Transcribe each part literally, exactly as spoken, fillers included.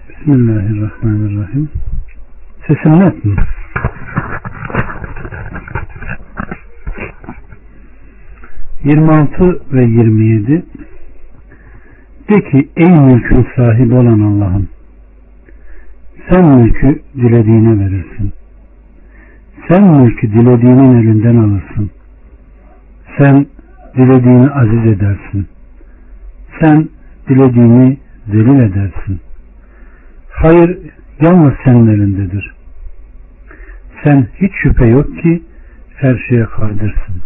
Bismillahirrahmanirrahim. Sesim net mi? yirmi altı ve yirmi yedi. De ki ey mülkün sahibi olan Allah'ım, sen mülkü dilediğine verirsin. Sen mülkü dilediğinin elinden alırsın. Sen dilediğini aziz edersin. Sen dilediğini zelil edersin. Hayır yalnız senin elindedir. Sen hiç şüphe yok ki her şeye kadirsin.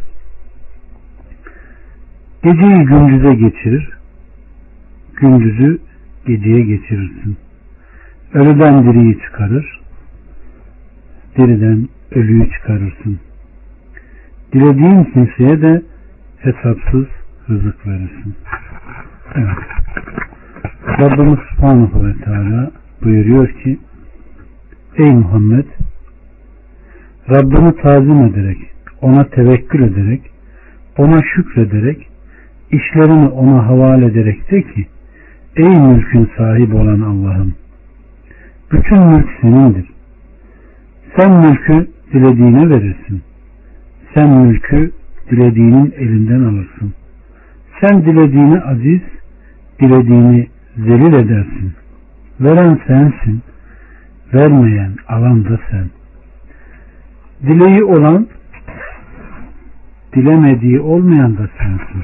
Geceyi gündüze geçirir, gündüzü geceye geçirirsin. Ölüden diriyi çıkarır, diriden ölüyü çıkarırsın. Dilediğin kimseye de hesapsız rızık verirsin. Evet. Rabbimiz Subhanahu ve Teala buyuruyor ki, ey Muhammed, Rabbini tazim ederek, ona tevekkül ederek, ona şükrederek, işlerini ona havale ederek de ki, ey mülkün sahibi olan Allah'ım, bütün mülk senindir. Sen mülkü dilediğine verirsin. Sen mülkü dilediğinin elinden alırsın. Sen dilediğini aziz, dilediğini zelil edersin. Veren sensin, vermeyen, alan da sen. Dileği olan, dilemediği olmayan da sensin.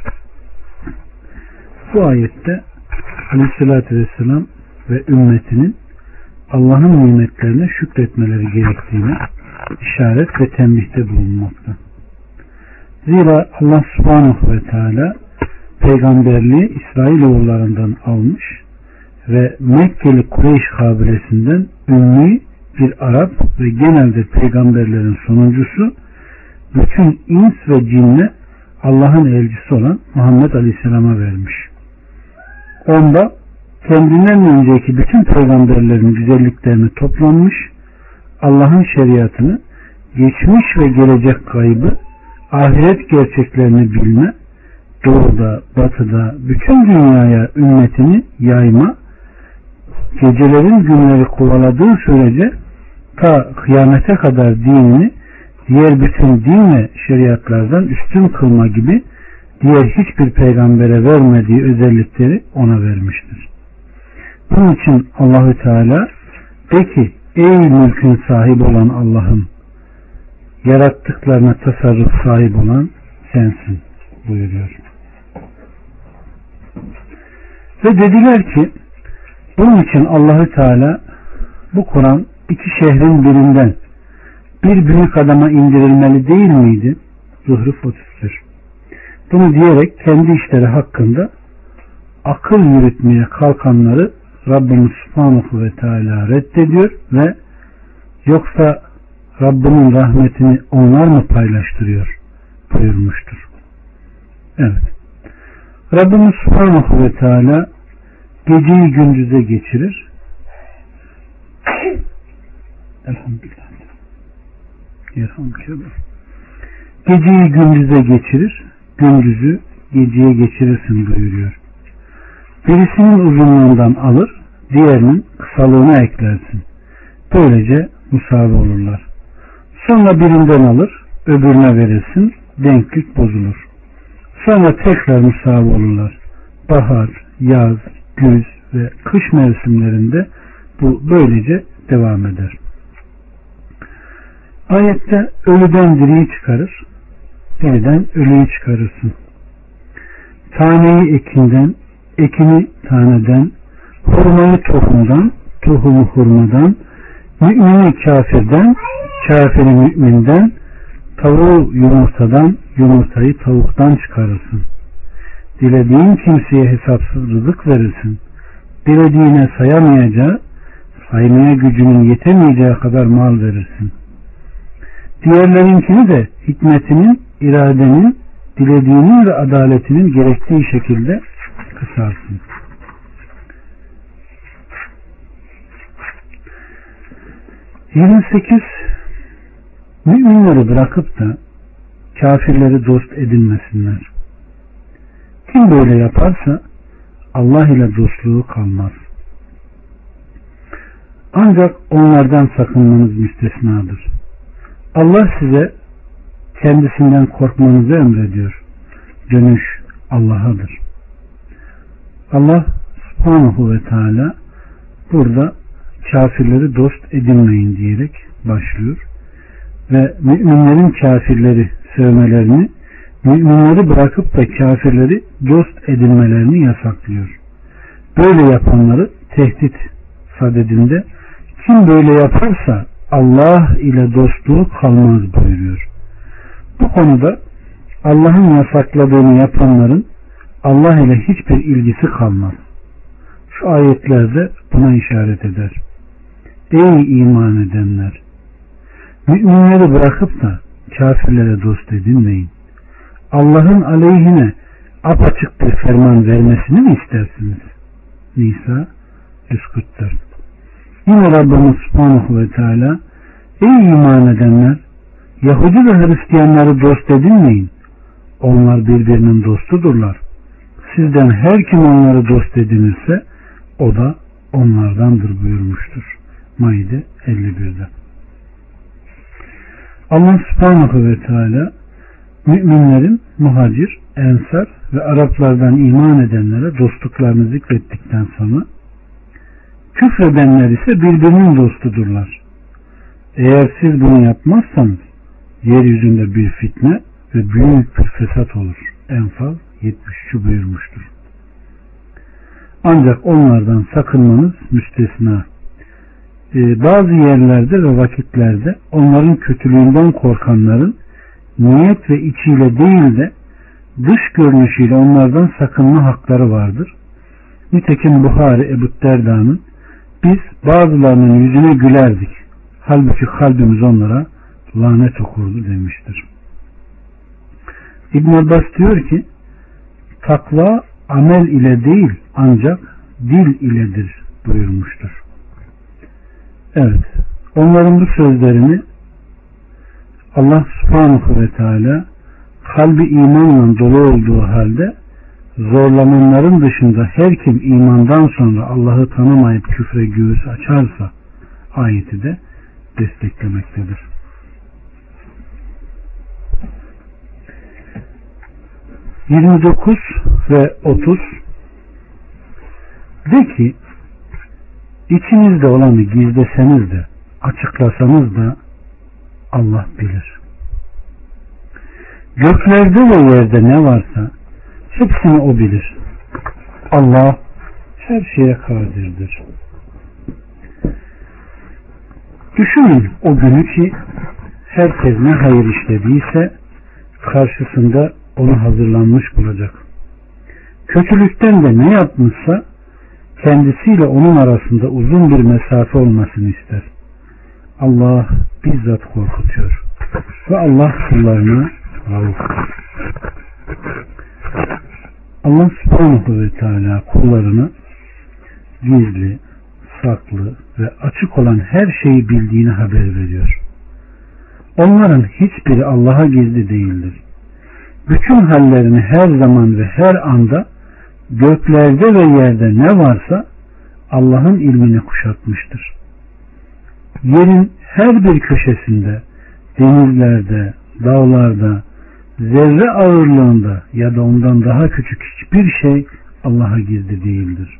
Bu ayette Aleyhisselatü Vesselam ve ümmetinin Allah'ın nimetlerine şükretmeleri gerektiğine işaret ve tembihte bulunmakta. Zira Allah Subhanahu ve Teala peygamberliği İsrailoğullarından almış ve Mekkeli Kureyş kabilesinden ümmi bir Arap ve genelde peygamberlerin sonuncusu, bütün ins ve cinne Allah'ın elçisi olan Muhammed Aleyhisselam'a vermiş. Onda kendinden önceki bütün peygamberlerin güzelliklerini toplanmış, Allah'ın şeriatını, geçmiş ve gelecek gaybı, ahiret gerçeklerini bilme, doğuda, batıda, bütün dünyaya ümmetini yayma, gecelerin günleri kovaladığı sürece ta kıyamete kadar dinini diğer bütün din ve şeriatlardan üstün kılma gibi diğer hiçbir peygambere vermediği özellikleri ona vermiştir. Bunun için Allahü Teala de ki ey mülkün sahibi olan Allah'ım, yarattıklarına tasarruf sahibi olan sensin buyuruyor. Ve dediler ki bunun için Allahü Teala bu Kur'an iki şehrin birinden bir büyük adama indirilmeli değil miydi? Zuhruf otuz bir. Bunu diyerek kendi işleri hakkında akıl yürütmeye kalkanları Rabbimiz Subhanahu ve Teala reddediyor ve yoksa Rabbinin rahmetini onlar mı paylaştırıyor buyurmuştur. Evet. Rabbimiz Subhanahu ve Teala geceyi gündüze geçirir. Elhamdülillah. Elhamdülillah. Geceyi gündüze geçirir, gündüzü geceye geçirirsin buyuruyor. Birisinin uzunluğundan alır, diğerinin kısalığına eklersin. Böylece musavi olurlar. Sonra birinden alır, öbürüne verirsin, denklik bozulur. Sonra tekrar musavi olurlar. Bahar, yaz, güz ve kış mevsimlerinde bu böylece devam eder. Ayette ölüden diriyi çıkarır, diriden ölüyü çıkarırsın. Taneyi ekinden, ekini taneden, hurmayı tohumdan, tohumu hurmadan, mümini kafirden, kafiri müminden, tavuğu yumurtadan, yumurtayı tavuktan çıkarırsın. Dilediğin kimseye hesapsız rızık verirsin. Dilediğine sayamayacağı, saymaya gücünün yetemeyeceği kadar mal verirsin. Diğerlerinkini de hikmetinin, iradenin, dilediğinin ve adaletinin gerektiği şekilde kısarsın. yirmi sekiz Müminleri bırakıp da kafirleri dost edinmesinler. Kim böyle yaparsa Allah ile dostluğu kalmaz. Ancak onlardan sakınmanız müstesnadır. Allah size kendisinden korkmanızı emrediyor. Dönüş Allah'adır. Allah Subhanahu ve Teala burada kafirleri dost edinmeyin diyerek başlıyor ve müminlerin kafirleri sevmelerini, müminleri bırakıp da kafirleri dost edinmelerini yasaklıyor. Böyle yapanları tehdit sadedinde kim böyle yaparsa Allah ile dostluğu kalmaz buyuruyor. Bu konuda Allah'ın yasakladığını yapanların Allah ile hiçbir ilgisi kalmaz. Şu ayetlerde buna işaret eder. Ey iman edenler! Müminleri bırakıp da kafirlere dost edinmeyin. Allah'ın aleyhine apaçık bir ferman vermesini mi istersiniz? Nisa yüz kırk dört. Yine Rabbimiz Subhanahu ve Teala ey iman edenler! Yahudi ve Hristiyanları dost edinmeyin. Onlar birbirinin dostudurlar. Sizden her kim onları dost edinirse o da onlardandır buyurmuştur. Maide elli bir'de. Allah Subhanahu ve Teala müminlerin muhacir, ensar ve Araplardan iman edenlere dostluklarını zikrettikten sonra küfredenler ise birbirinin dostudurlar. Eğer siz bunu yapmazsanız yeryüzünde bir fitne ve büyük bir fesat olur. Enfal yetmiş üç buyurmuştur. Ancak onlardan sakınmanız müstesna. Ee, bazı yerlerde ve vakitlerde onların kötülüğünden korkanların niyet ve içiyle değil de dış görünüşüyle onlardan sakınma hakları vardır. Nitekim Buhari Ebu Derda'nın biz bazılarının yüzüne gülerdik. Halbuki kalbimiz onlara lanet okurdu demiştir. İbn Abbas diyor ki takva amel ile değil ancak dil iledir buyurmuştur. Evet, onların bu sözlerini Allah Subhanahu ve Teala kalbi imanla dolu olduğu halde zorlananların dışında her kim imandan sonra Allah'ı tanımayıp küfre göğüs açarsa ayeti de desteklemektedir. yirmi dokuz ve otuz de ki içinizde olanı gizleseniz de açıklasanız da Allah bilir. Göklerde ve yerde ne varsa hepsini o bilir. Allah her şeye kadirdir. Düşünün o günü ki herkes ne hayır işlediyse karşısında onu hazırlanmış bulacak. Kötülükten de ne yapmışsa kendisiyle onun arasında uzun bir mesafe olmasını ister. Allah bizzat korkutuyor. Ve Allah kullarına rauftur. Allah Subhanahu ve Teala kullarına gizli, saklı ve açık olan her şeyi bildiğini haber veriyor. Onların hiçbiri Allah'a gizli değildir. Bütün hallerini her zaman ve her anda göklerde ve yerde ne varsa Allah'ın ilmini kuşatmıştır. Yerin her bir köşesinde, denizlerde, dağlarda, zerre ağırlığında ya da ondan daha küçük hiçbir şey Allah'a gizli değildir.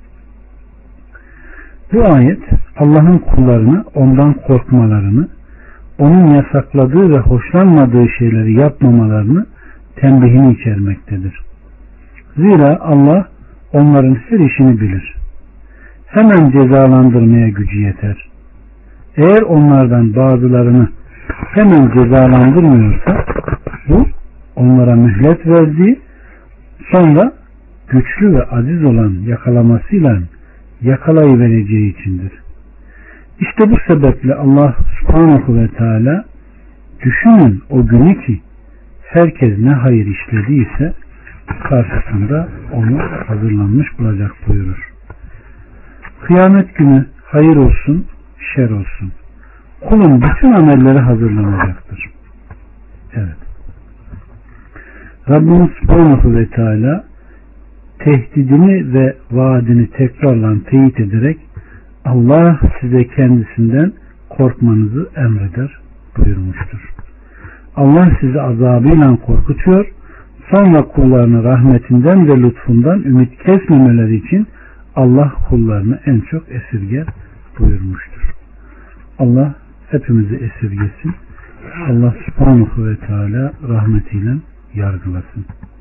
Bu ayet Allah'ın kullarına ondan korkmalarını, onun yasakladığı ve hoşlanmadığı şeyleri yapmamalarını tembihini içermektedir. Zira Allah onların her işini bilir. Hemen cezalandırmaya gücü yeter. Eğer onlardan bazılarını hemen cezalandırmıyorsa bu onlara mühlet verdiği, sonra güçlü ve aziz olan yakalamasıyla yakalayıvereceği içindir. İşte bu sebeple Allah Subhanahu ve Teala düşünün o günü ki herkes ne hayır işlediyse karşısında onu hazırlanmış bulacak buyurur. Kıyamet günü hayır olsun, şer olsun. Kulun bütün amelleri hazırlanacaktır. Evet. Rabbimiz Subhanahu ve Teala tehdidini ve vaadini tekrarla teyit ederek Allah size kendisinden korkmanızı emreder buyurmuştur. Allah sizi azabıyla korkutuyor, sonra kullarını rahmetinden ve lütfundan ümit kesmemeleri için Allah kullarını en çok esirger buyurmuştur. Allah hepimizi esirgesin. Allah subhanahu ve teala rahmetiyle yargılasın.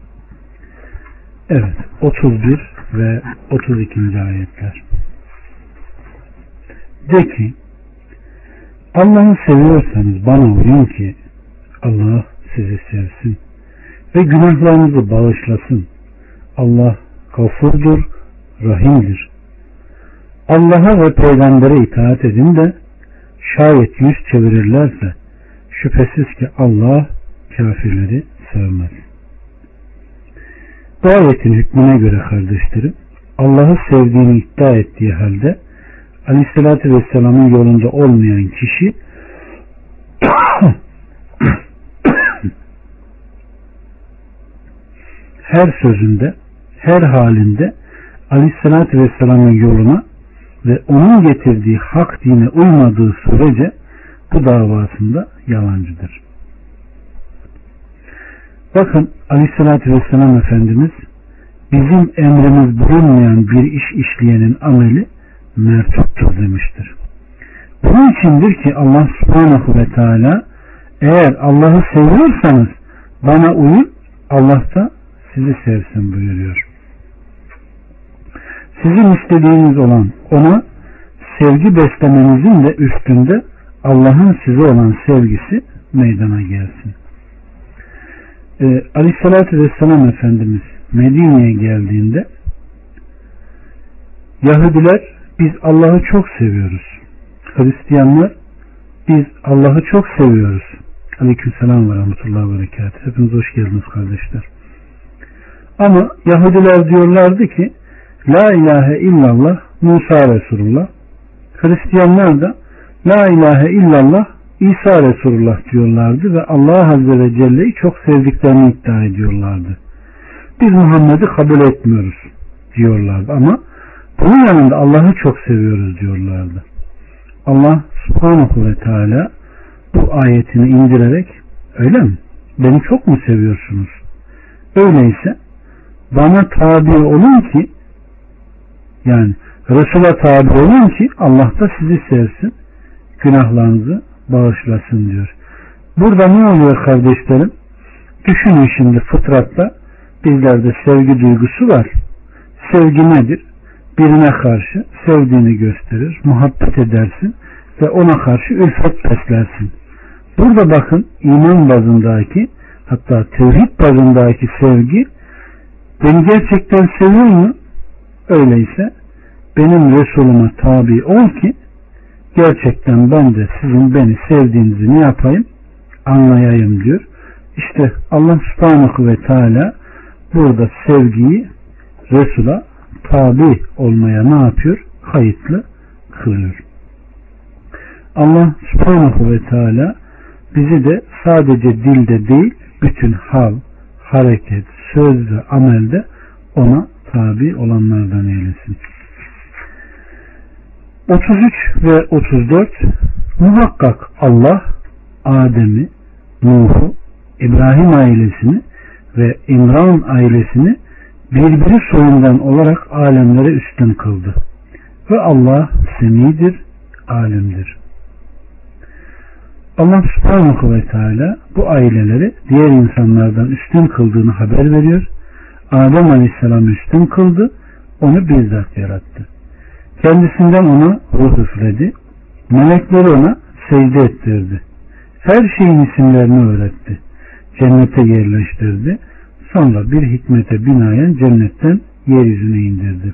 Evet, otuz bir ve otuz ikinci ayetler. De ki, Allah'ı seviyorsanız bana uyun ki Allah sizi sevsin ve günahlarınızı bağışlasın. Allah gafurdur, rahimdir. Allah'a ve peygambere itaat edin de şayet yüz çevirirlerse şüphesiz ki Allah kafirleri sevmez. Bu ayetin hükmüne göre kardeşlerim, Allah'ı sevdiğini iddia ettiği halde Aleyhisselatü Vesselam'ın yolunda olmayan kişi her sözünde, her halinde Aleyhisselatü Vesselam'ın yoluna ve onun getirdiği hak dine uymadığı sürece bu davasında yalancıdır. Bakın Aleyhisselatü Vesselam Efendimiz bizim emrimiz bulunmayan bir iş işleyenin ameli mertuttur demiştir. Bunun içindir ki Allah subhanahu ve teala eğer Allah'ı seviyorsanız bana uyun, Allah da sizi sevsin buyuruyor. Sizin istediğiniz olan ona sevgi beslemenizin de üstünde Allah'ın size olan sevgisi meydana gelsin. Ee, Aleyhisselatü Vesselam Efendimiz Medine'ye geldiğinde Yahudiler biz Allah'ı çok seviyoruz. Hristiyanlar biz Allah'ı çok seviyoruz. Aleykümselam ve rahmetullahi ve berekatuhu. Hepiniz hoş geldiniz kardeşler. Ama Yahudiler diyorlardı ki La ilahe illallah Musa Resulullah. Hristiyanlar da La ilahe illallah İsa Resulullah diyorlardı ve Allah Azze ve Celle'yi çok sevdiklerini iddia ediyorlardı. Biz Muhammed'i kabul etmiyoruz diyorlardı ama bunun yanında Allah'ı çok seviyoruz diyorlardı. Allah Subhanahu ve Teala bu ayetini indirerek öyle mi? Beni çok mu seviyorsunuz? Öyleyse bana tabi olun ki yani Resul'a tabi olun ki Allah da sizi sevsin, günahlarınızı bağışlasın diyor. Burada ne oluyor kardeşlerim? Düşünün şimdi fıtratta bizlerde sevgi duygusu var. Sevgi nedir? Birine karşı sevdiğini gösterir, muhabbet edersin ve ona karşı ülfet beslersin. Burada bakın iman bazındaki hatta tevhid bazındaki sevgi beni gerçekten seviyor mu? Öyleyse benim Resulüme tabi ol ki gerçekten ben de sizin beni sevdiğinizi ne yapayım? Anlayayım diyor. İşte Allah Subhanahu ve Teala burada sevgiyi Resul'a tabi olmaya ne yapıyor? Kayıtlı kılıyor. Allah Subhanahu ve Teala bizi de sadece dilde değil bütün hal, hareket, söz ve amelde ona tabi olanlardan eylesin. otuz üç ve otuz dört Muhakkak Allah Adem'i, Nuh'u, İbrahim ailesini ve İmran ailesini birbiri soyundan olarak alemlere üstün kıldı. Ve Allah semidir, alimdir. Allah Subhanahu ve Teala bu aileleri diğer insanlardan üstün kıldığını haber veriyor. Adem Aleyhisselam'ı üstün kıldı, onu bizzat yarattı. Kendisinden ona ruh üfledi, melekleri ona secde ettirdi. Her şeyin isimlerini öğretti. Cennete yerleştirdi. Sonra bir hikmete binaen cennetten yeryüzüne indirdi.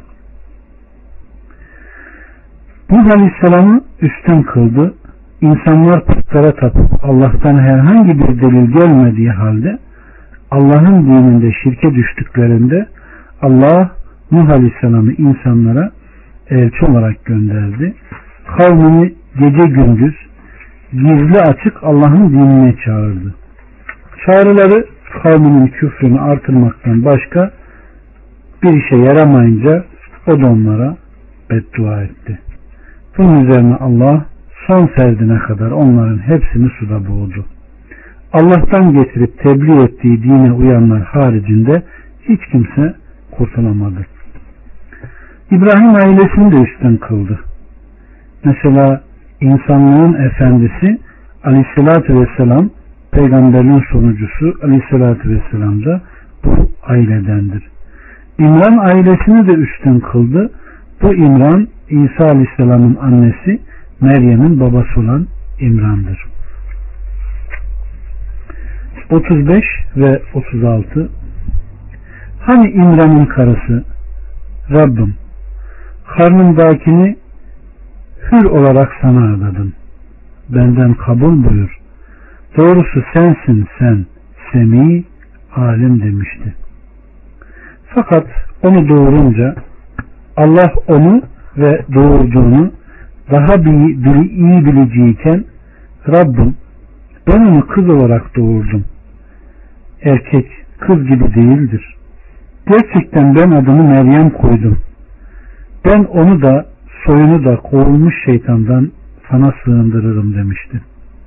Nuh Aleyhisselam'ı üstün kıldı. İnsanlar putlara tapıp Allah'tan herhangi bir delil gelmediği halde Allah'ın dininde şirke düştüklerinde Allah Nuh Aleyhisselam'ı insanlara elçi olarak gönderdi. Kavmini gece gündüz gizli açık Allah'ın dinine çağırdı. Çağrıları kavminin küfrünü artırmaktan başka bir işe yaramayınca o da onlara beddua etti. Bunun üzerine Allah son ferdine kadar onların hepsini suda boğdu. Allah'tan getirip tebliğ ettiği dine uyanlar haricinde hiç kimse kurtulamadı. İbrahim ailesini de üstün kıldı. Mesela insanlığın efendisi Aleyhisselatü Vesselam, peygamberin sonucusu Aleyhisselatü Vesselam da bu ailedendir. İmran ailesini de üstün kıldı. Bu İmran, İsa Aleyhisselam'ın annesi, Meryem'in babası olan İmran'dır. otuz beş ve otuz altı. Hani İmran'ın karısı, Rabbim karnımdakini hür olarak sana adadım. Benden kabul buyur. Doğrusu sensin sen, semi, alim demişti. Fakat onu doğurunca Allah onu ve doğurduğunu daha bir, iyi bileceğiken Rabbim ben onu kız olarak doğurdum. Erkek kız gibi değildir. Gerçekten ben adını Meryem koydum. Ben onu da soyunu da kovulmuş şeytandan sana sığındırırım demişti.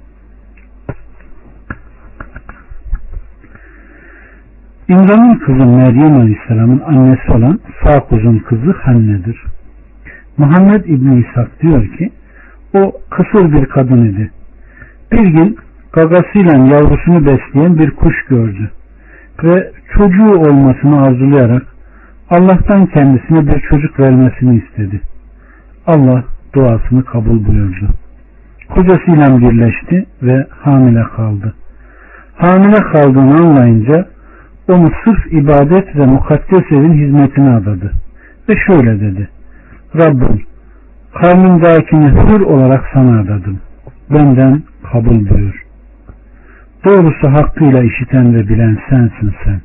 İmran'ın kızı Meryem Aleyhisselam'ın annesi olan Sakuz'un kızı Hanne'dir. Muhammed İbni İshak diyor ki o kısır bir kadın idi. Bir gün gagasıyla yavrusunu besleyen bir kuş gördü ve çocuğu olmasını arzulayarak Allah'tan kendisine bir çocuk vermesini istedi. Allah duasını kabul buyurdu. Kocasıyla birleşti ve hamile kaldı. Hamile kaldığını anlayınca onu sırf ibadet ve mukaddes evin hizmetine adadı. Ve şöyle dedi. Rabbim karnımdakini hür olarak sana adadım. Benden kabul buyur. Doğrusu hakkıyla işiten ve bilen sensin sen.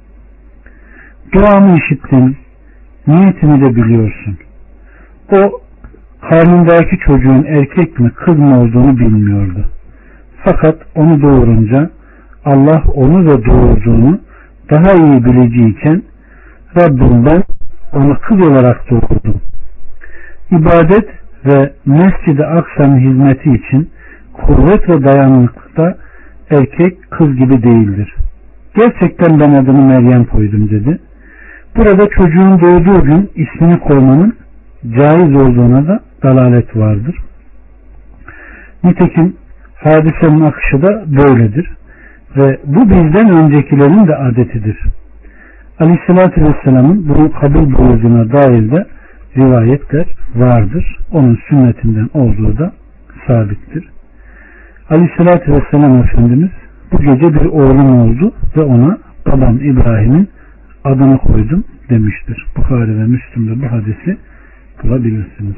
Duamı işittin, niyetimi de biliyorsun. O karnındaki çocuğun erkek mi kız mı olduğunu bilmiyordu. Fakat onu doğurunca Allah onu ve doğurduğunu daha iyi bileceğiken Rabbim ben onu kız olarak doğurdum. İbadet ve Mescid-i Aksa'nın hizmeti için kuvvet ve dayanıklıkta erkek kız gibi değildir. Gerçekten ben adını Meryem koydum dedi. Burada çocuğun doğduğu gün ismini koymanın caiz olduğuna da dalalet vardır. Nitekim hadisenin akışı da böyledir. Ve bu bizden öncekilerin de adetidir. Aleyhissalatü Vesselam'ın bunu kabul buyurduğuna dair de rivayetler vardır. Onun sünnetinden olduğu da sabittir. Aleyhissalatü Vesselam Efendimiz bu gece bir oğlum oldu ve ona babam İbrahim'in adını koydum demiştir. Bukhari ve Müslim'de bu hadisi bulabilirsiniz.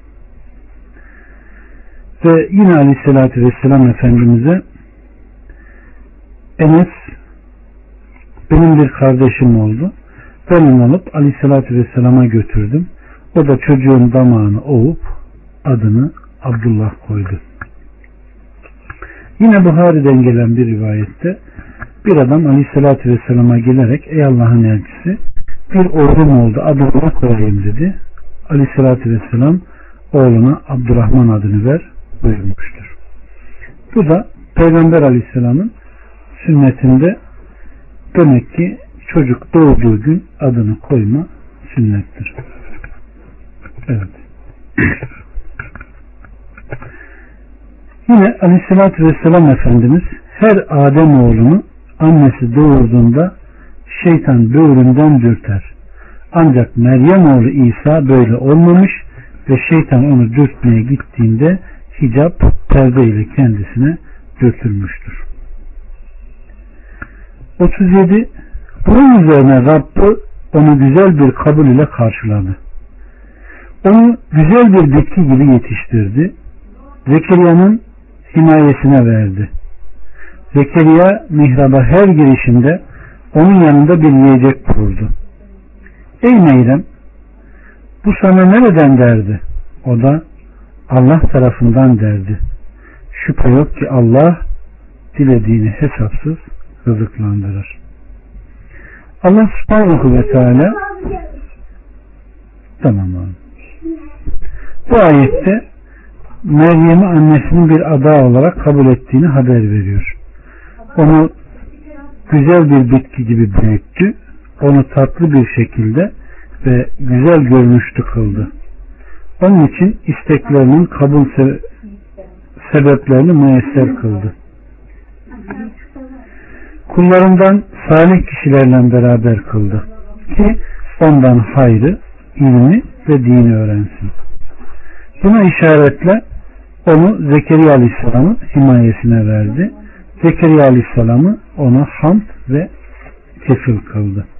Ve yine Aleyhissalatü Vesselam Efendimiz'e Enes benim bir kardeşim oldu. Ben onu alıp Aleyhissalatü Vesselam'a götürdüm. O da çocuğun damağını ovup adını Abdullah koydu. Yine Buhari'den gelen bir rivayette bir adam Aleyhissalatü Vesselam'a gelerek ey Allah'ın elçisi bir oğlum oldu adını koyayım dedi. Aleyhissalatü Vesselam oğluna Abdurrahman adını ver buyurmuştur. Bu da Peygamber Aleyhisselam'ın sünnetinde demek ki çocuk doğduğu gün adını koyma sünnettir. Evet. Yine Aleyhisselatü Vesselam Efendimiz her Adem oğlunu annesi doğurduğunda şeytan böğründen dürter. Ancak Meryem oğlu İsa böyle olmamış ve şeytan onu dürtmeye gittiğinde hicap perde ile kendisine dürtülmüştür. otuz yedi. Bunun üzerine Rabbi onu güzel bir kabul ile karşıladı. Onu güzel bir bitki gibi yetiştirdi. Zekeriya'nın himayesine verdi. Zekeriya mihraba her girişinde onun yanında bir yiyecek bulurdu. Ey Meyrem, bu sana nereden derdi? O da Allah tarafından derdi. Şüphe yok ki Allah dilediğini hesapsız rızıklandırır. Allah subhanahu ve teala tamam abi. Bu ayette Meryem'i annesinin bir ada olarak kabul ettiğini haber veriyor. Onu güzel bir bitki gibi büyüttü. Onu tatlı bir şekilde ve güzel görünüşlü kıldı. Onun için isteklerinin kabul se- sebeplerini müyesser kıldı. Kullarından salih kişilerle beraber kıldı ki ondan hayrı, ilmi ve dini öğrensin. Buna işaretle onu Zekeriya Aleyhisselam'ın himayesine verdi. Zekeriya Aleyhisselam'ı ona hamd ve kefil kıldı.